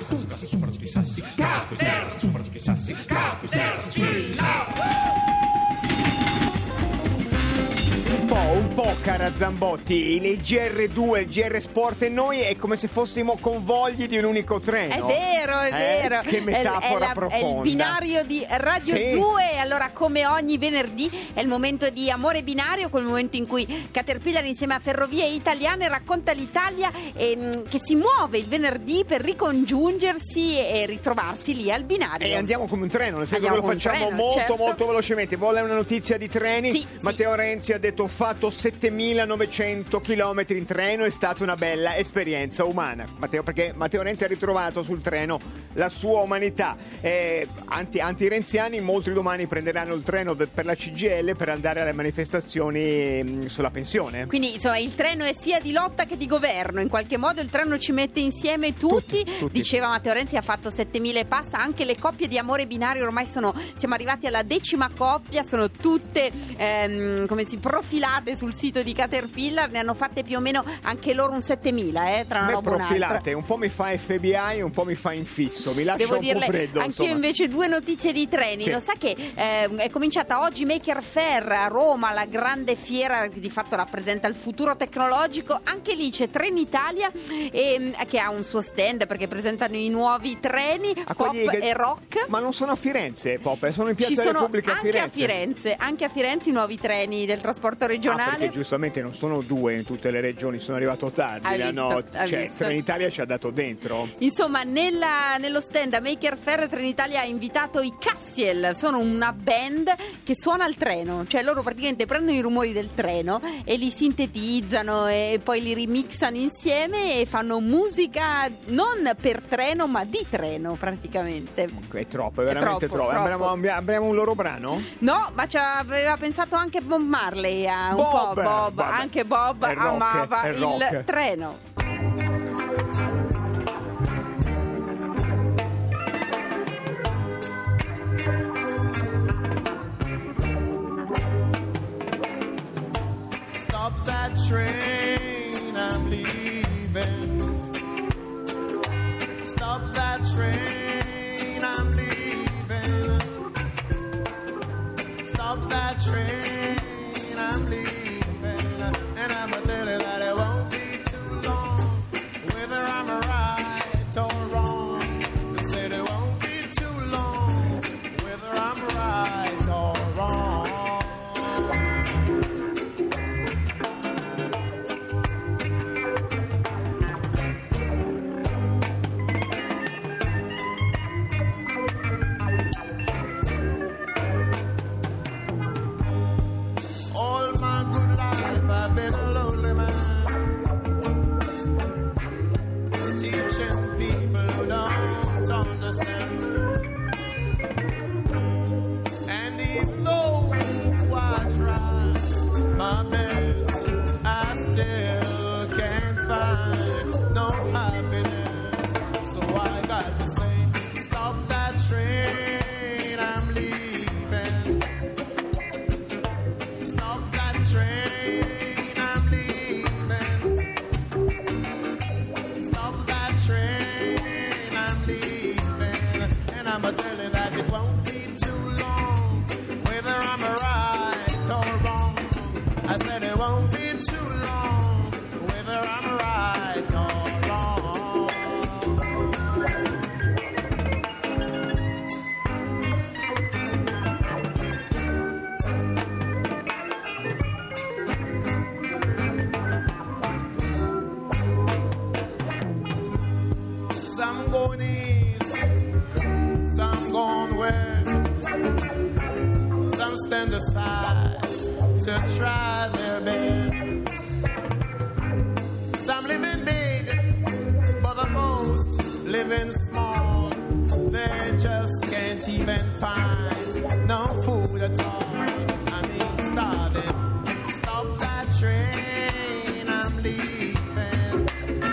Un po', cara Zambotti, il GR2, il GR Sport e noi è come se fossimo convogli di un unico treno. È vero. Che metafora profonda. È il binario di Radio 2. Allora, come ogni venerdì è il momento di Amore Binario, quel momento in cui Caterpillar insieme a Ferrovie Italiane racconta l'Italia che si muove il venerdì per ricongiungersi e ritrovarsi lì al binario. E andiamo come un treno, nel senso che lo facciamo molto velocemente. Vuole una notizia di treni? Sì, Matteo Renzi ha detto: ho fatto 7.900 chilometri in treno, è stata una bella esperienza umana. Perché Matteo Renzi ha ritrovato sul treno la sua umanità. Anti-renziani, molti domani prenderanno il treno per la CGIL per andare alle manifestazioni sulla pensione. Quindi insomma il treno è sia di lotta che di governo, in qualche modo il treno ci mette insieme tutti. Diceva Matteo Renzi, ha fatto 7.000 e passa. Anche le coppie di Amore Binario ormai siamo arrivati alla 10ª coppia, sono tutte profilate sul sito di Caterpillar, ne hanno fatte più o meno anche loro un 7.000 tra una roba profilate, un po' mi fa FBI, un po' mi fa infisso, mi lascia un po' freddo. Anch'io invece due notizie di treni. Lo sa che è cominciata oggi Maker Faire a Roma, la grande fiera che di fatto rappresenta il futuro tecnologico. Anche lì c'è Trenitalia che ha un suo stand perché presentano i nuovi treni Pop e Rock. Ma non sono a Firenze, Pop, sono in Piazza Repubblica a Firenze. Anche a Firenze i nuovi treni del trasporto regionale. Perché giustamente non sono due in tutte le regioni, sono arrivato tardi. Trenitalia ci ha dato dentro. Insomma, nello stand a Maker Faire Trenitalia ha invitato i Cassiel, sono una band che suona al treno, cioè loro praticamente prendono i rumori del treno e li sintetizzano e poi li remixano insieme e fanno musica non per treno ma di treno praticamente. È troppo, è veramente troppo. Abbiamo un loro brano? No, ma ci aveva pensato anche Bob Marley, Bob. Anche Bob amava il treno. Stop that train, I'm leaving. Stop that train, I'm leaving. Stop that train, I'm leaving. And I'm a tell you that it won't be too long, whether I'm right or wrong. They said it won't be too long, whether I'm right or wrong. Some going east, some going west. Some stand aside to try their best. Some living big, but the most living small. They just can't even find no food at all. I mean, starving. Stop that train, I'm leaving.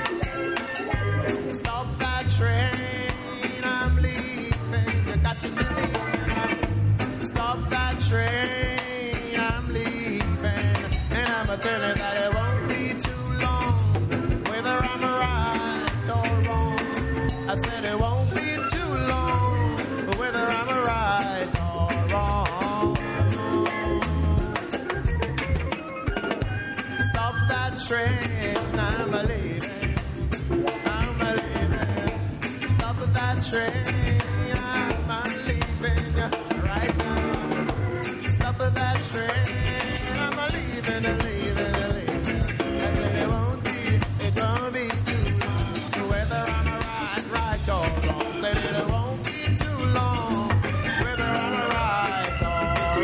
Stop that train, I'm leaving. You got to believe. Stop that train, I'm leaving. And I'm telling that it won't be too long, whether I'm right or wrong. I say said it won't be too long, whether I'm right or wrong. Stop that train, I'm a leaving, I'm a leaving. Stop that train, I'm a leaving right now. Stop that train, I'm a leaving, leaving, leaving. I said it won't be too long, whether I'm right or wrong. Said it won't be too long, whether I'm right or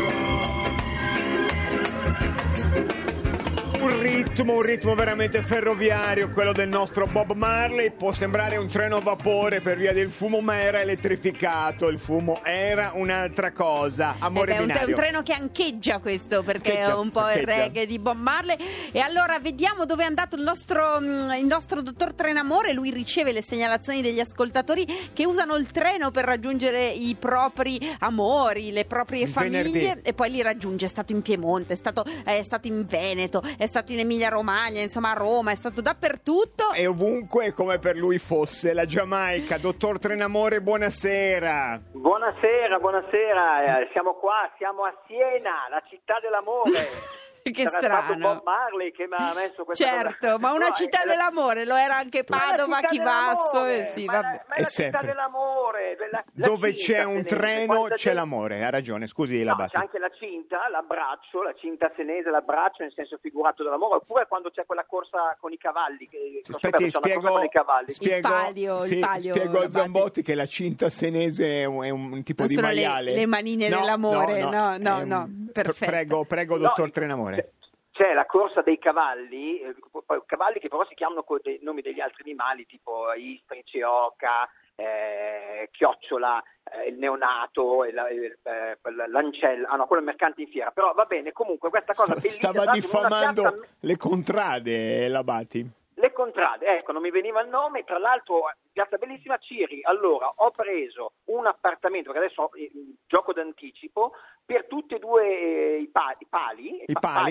wrong. Un ritmo veramente ferroviario, quello del nostro Bob Marley. Può sembrare un treno a vapore per via del fumo, ma era elettrificato. Il fumo era un'altra cosa. Amore binario. È un treno che ancheggia questo, perché è un po' il reggae di Bob Marley. E allora vediamo dove è andato il nostro dottor Trenamore. Lui riceve le segnalazioni degli ascoltatori che usano il treno per raggiungere i propri amori, le proprie famiglie, venerdì. e poi li raggiunge. È stato in Piemonte, è stato in Veneto, è stato in Emilia Romagna, insomma a Roma, è stato dappertutto. E ovunque come per lui fosse. La Giamaica. Dottor Trenamore, buonasera. Buonasera, siamo qua, siamo a Siena, la città dell'amore. Che Sarà stato strano. Bob Marley che mi ha messo questa Certo, cosa. ma una No, città dell'amore, lo era anche Padova, Chivasso, sì, ma vabbè. è la città sempre. dell'amore. Dove Cinta, c'è un senese, treno quanta c'è gente- l'amore. Ha ragione, scusi la No, c'è battuta. anche la cinta, l'abbraccio, la cinta senese, l'abbraccio nel senso figurato dell'amore, oppure quando c'è quella corsa con i cavalli. Aspetti, una corsa con i cavalli. Il palio, spiego a Labate. Zambotti che la cinta senese è un tipo Non di sono maiale. le manine dell'amore, no, perfetto. Prego, No, dottor Trenamore. C'è la corsa dei cavalli, cavalli che però si chiamano con dei nomi degli altri animali, tipo istrice, oca, chiocciola, il neonato, l'ancella. Ah no, quello è il mercante in fiera. Però va bene, comunque questa cosa bellissima. Stava tra l'altro, in una diffamando piazza- le contrade, Labati. Le contrade, ecco, non mi veniva il nome. Tra l'altro, piazza bellissima, Ciri. Allora, ho preso un appartamento, che adesso gioco d'anticipo, per tutti e due i pali.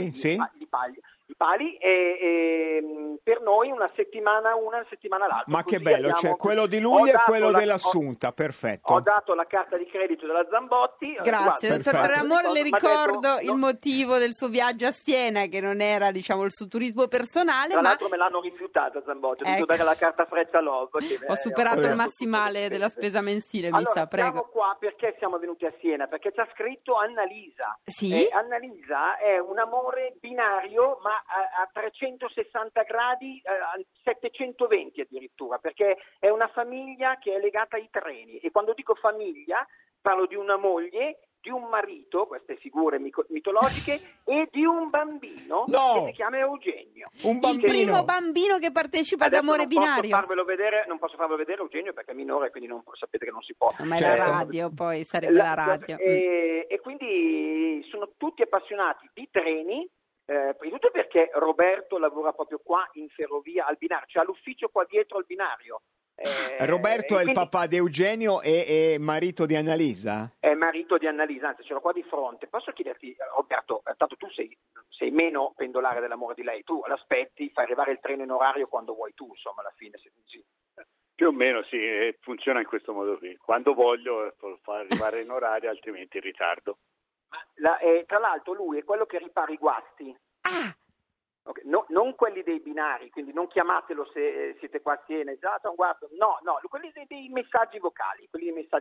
I pali, e per noi una settimana l'altra. Ma Così che bello, abbiamo- cioè quello di ho lui e dato quello la- dell'Assunta, perfetto. Ho dato la carta di credito della Zambotti. Grazie, dottor perfetto. Trenamore, le Mi ha detto, ricordo il no, motivo del suo viaggio a Siena, che non era, diciamo, il suo turismo personale, Tra ma l'altro me l'hanno rifiutata Zambotti, ho Ecco. dovuto dare la carta Freccia Love. ho superato il massimale della spesa mensile, mi allora, sa, prego. siamo qua perché siamo venuti a Siena, perché c'ha scritto Annalisa. Sì? Annalisa è un amore binario, ma a 360 gradi, a 720 addirittura, perché è una famiglia che è legata ai treni. E quando dico famiglia parlo di una moglie, di un marito, queste figure mitologiche, e di un bambino che si chiama Eugenio. Un Il bambino. primo bambino che partecipa ad Adesso Amore Binario. non posso farvelo vedere Eugenio perché è minore, quindi sapete che non si può. Ma è Certo. la radio, poi sarebbe la radio. E quindi sono tutti appassionati di treni, prima di tutto perché Roberto lavora proprio qua in ferrovia al binario, cioè all'ufficio qua dietro al binario. Roberto è il quindi papà di Eugenio e marito di Annalisa? è marito di Annalisa, anzi ce l'ho qua di fronte. Posso chiederti, Roberto, tanto tu sei meno pendolare dell'amore di lei, tu l'aspetti, fai arrivare il treno in orario quando vuoi tu, insomma, alla fine. Sì. Più o meno sì, funziona in questo modo qui. Quando voglio far arrivare in orario, altrimenti in ritardo. Tra l'altro lui è quello che ripara i guasti. Ah, Okay, non quelli dei binari, quindi non chiamatelo se siete qua a Siena, no, quelli dei messaggi vocali,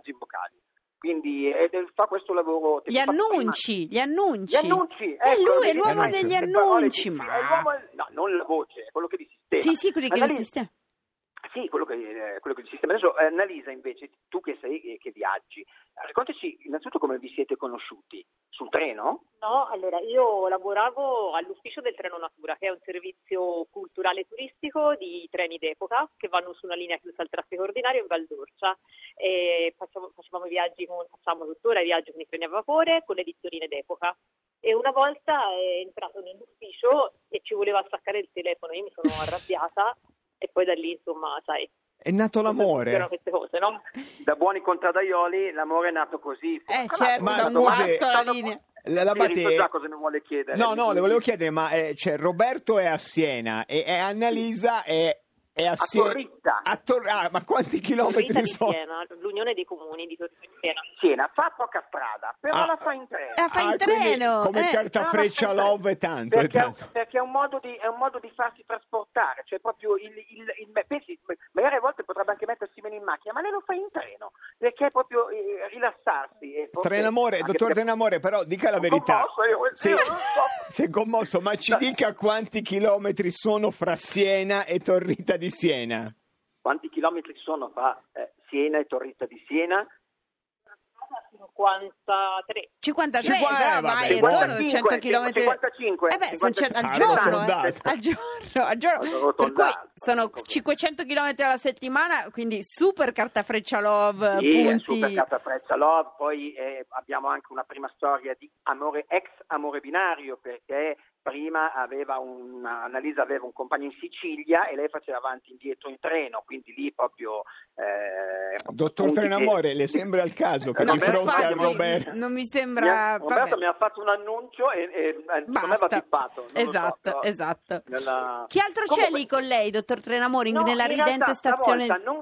quindi fa questo lavoro. gli annunci. Gli annunci, È ecco, lui, è l'uomo annunci. degli le parole annunci, di- ma... è l'uomo, no, non la voce, è quello che di sistema. Sì, quelli che Annalisa- esiste. Sì, quello che di sistema. Adesso Annalisa invece, tu che viaggi, raccontaci innanzitutto come vi siete conosciuti, sul treno? No, allora io lavoravo all'ufficio del Treno Natura, che è un servizio culturale turistico di treni d'epoca che vanno su una linea chiusa al traffico ordinario in Val d'Orcia. E facciamo facciamo tuttora i viaggi con i treni a vapore con le edizioni d'epoca. E una volta è entrato nell'ufficio e ci voleva staccare il telefono, io mi sono arrabbiata e poi da lì, insomma, sai, È nato come funzionano l'amore. queste cose, no? Da buoni contadaioli l'amore è nato così. Certo, Ma da un scusi, guasto alla linea. Labate- già cosa mi vuole chiedere. No, le volevo chiedere, ma Roberto è a Siena e Annalisa è È a Torritta. Ma quanti chilometri sono? Siena, l'Unione dei Comuni di Torritta di Siena. Siena fa poca strada, però la fa in treno. La fa in treno. Come carta freccia Love è tanto. Perché è un modo di farsi trasportare, cioè proprio pensi, magari a volte potrebbe anche mettersi meno in macchina, ma lei lo fa in treno, perché è proprio rilassarsi. Trenamore, dottor Trenamore, però dica la verità. Sei commosso, ma ci dica quanti chilometri sono fra Siena e Torritta di Siena? Quanti chilometri sono fra Siena e Torritta di Siena? 53. 53, però vai intorno 100 chilometri. 55. Al giorno. Per cui sono 500 chilometri alla settimana, quindi super carta freccia Love, sì, punti. Super carta freccia Love. Poi abbiamo anche una prima storia di ex amore binario, perché prima Annalisa aveva un compagno in Sicilia e lei faceva avanti e indietro in treno, quindi lì proprio dottor Trenamore, le sembra il caso che di fronte a Roberto non mi sembra. Roberto mi ha fatto un annuncio e secondo me va pippato. Esatto. Chi altro Comunque, c'è lì con lei, dottor Trenamore, nella ridente stazione? Non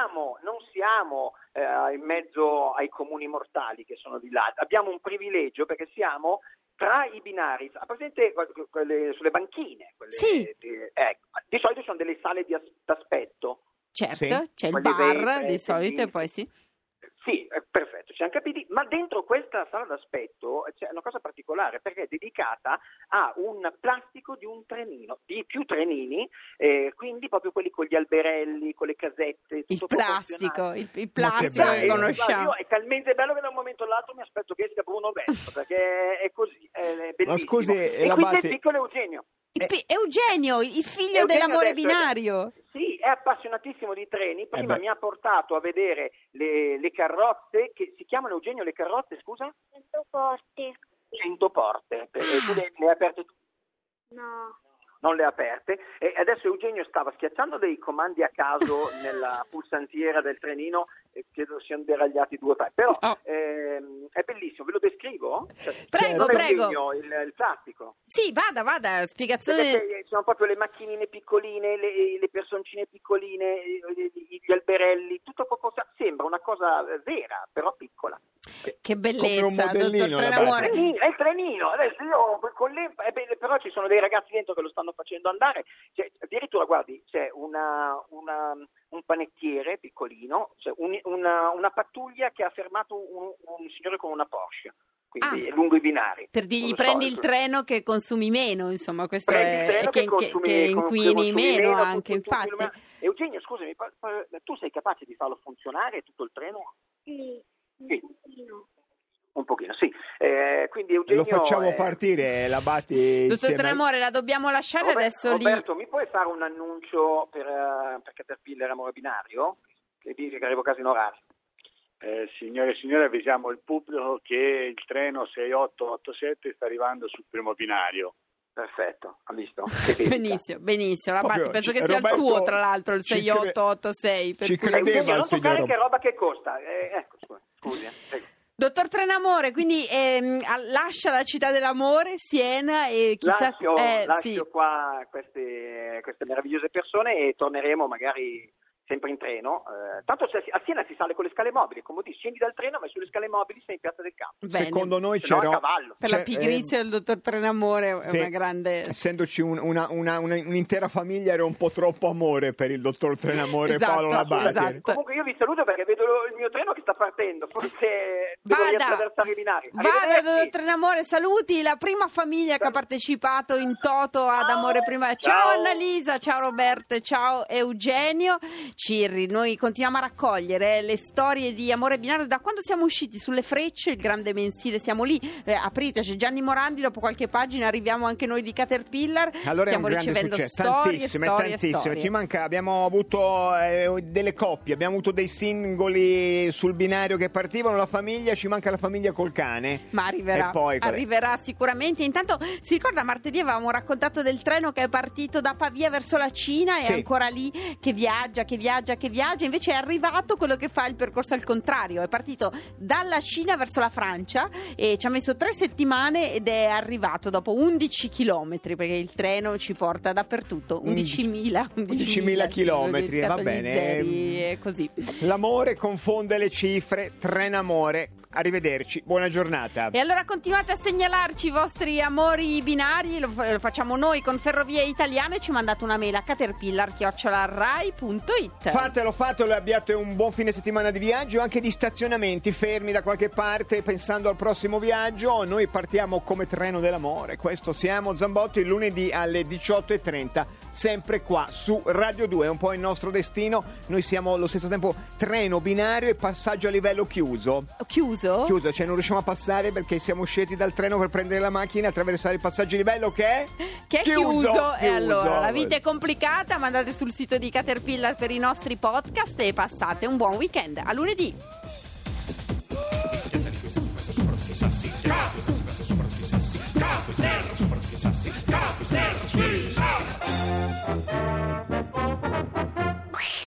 siamo in mezzo ai comuni mortali che sono di là. Abbiamo un privilegio perché siamo tra i binari, presente quelle sulle banchine, sì. Di solito sono delle sale d'aspetto. Certo, sì. c'è il bar di solito e poi sì. Sì, perfetto, ci siamo capiti, ma dentro questa sala d'aspetto c'è una cosa particolare perché è dedicata a un plastico di un trenino, di più trenini, quindi proprio quelli con gli alberelli, con le casette, tutto il plastico che conosciamo. È talmente bello che da un momento all'altro mi aspetto che esca Bruno Vespa, perché è così, è bellissimo. Ma scusi, e quindi il piccolo Eugenio. Eugenio, il figlio dell'amore binario. Sì, è appassionatissimo di treni. Prima mi ha portato a vedere le carrozze, che si chiamano, Eugenio, le carrozze, scusa? 100 porte. 100 porte. Tu le hai aperte tu? No. Non le ha aperte. E adesso Eugenio stava schiacciando dei comandi a caso nella pulsantiera del trenino, e credo siano deragliati 2 o 3. Però è bellissimo, ve lo descrivo? Prego. Il plastico. Sì, vada, spiegazione. Perché sono proprio le macchinine piccoline, le personcine piccoline, gli alberelli, tutto proprio sembra una cosa vera, però piccola. Che bellezza, dottor Trenamore. È il trenino. Adesso io però ci sono dei ragazzi dentro che lo stanno facendo andare. Addirittura, guardi, c'è un panettiere piccolino, c'è una pattuglia che ha fermato un signore con una Porsche. Quindi lungo i binari. Per dirgli prendi il treno che consumi meno, insomma, questo è che inquini meno anche, infatti. Eugenio, scusami, tu sei capace di farlo funzionare tutto il treno? Sì. Un pochino, sì. Quindi Eugenio, lo facciamo partire, la batti. Dottor Trenamore, la dobbiamo lasciare adesso Roberto, mi puoi fare un annuncio per Caterpillar Amore Binario? Che dice che arrivo quasi in orario. Signore e signori, avvisiamo il pubblico che il treno 6887 sta arrivando sul primo binario. Perfetto, ha visto? Benissimo. Penso che sia Roberto, il suo, tra l'altro, il 6886. Ci credeva il signor Roberto. Che roba che costa. Ecco, scusi. Dottor Trenamore, quindi lascia la città dell'amore, Siena, e chissà... Lascio qua queste meravigliose persone e torneremo magari sempre in treno. Tanto a Siena si sale con le scale mobili, come dici, scendi dal treno, vai sulle scale mobili, sei in Piazza del Campo. Bene. Secondo noi a cavallo. Per la pigrizia del dottor Trenamore è una grande... Essendoci un'intera famiglia, era un po' troppo amore per il dottor Trenamore. Esatto, Paolo Labate. esatto. Comunque io vi saluto perché vedo il mio treno che sta partendo, forse devo riattraversare i binari. Vada, dottor Trenamore, saluti la prima famiglia che ha partecipato in toto ad Amore Prima. Ciao Annalisa, ciao Roberto, ciao Eugenio. Cirri, noi continuiamo a raccogliere le storie di Amore Binario da quando siamo usciti sulle Frecce, il grande mensile, siamo lì, aprite, c'è Gianni Morandi, dopo qualche pagina arriviamo anche noi di Caterpillar. Allora stiamo ricevendo tantissime. Ci manca, abbiamo avuto delle coppie, abbiamo avuto dei singoli sul binario che partivano, la famiglia, ci manca la famiglia col cane. Ma arriverà sicuramente. Intanto si ricorda, martedì avevamo raccontato del treno che è partito da Pavia verso la Cina e è ancora lì, che viaggia viaggia, invece è arrivato quello che fa il percorso al contrario, è partito dalla Cina verso la Francia e ci ha messo 3 settimane ed è arrivato dopo 11 chilometri, perché il treno ci porta dappertutto. 11.000 chilometri, va bene. È così. L'amore confonde le cifre, Trenamore. Arrivederci, buona giornata. E allora continuate a segnalarci i vostri amori binari, lo facciamo noi con Ferrovie Italiane. Ci mandate una mail a caterpillar@rai.it. Fatelo, abbiate un buon fine settimana di viaggio, anche di stazionamenti fermi da qualche parte pensando al prossimo viaggio. Noi partiamo come treno dell'amore, questo siamo Zambotti, il lunedì alle 18:30, sempre qua su Radio 2, è un po' il nostro destino. Noi siamo allo stesso tempo treno binario e passaggio a livello chiuso, cioè non riusciamo a passare perché siamo scesi dal treno per prendere la macchina e attraversare il passaggio a livello che è chiuso. E allora la vita è complicata, ma andate sul sito di Caterpillar per i nostri podcast e passate un buon weekend. A lunedì. Superficial,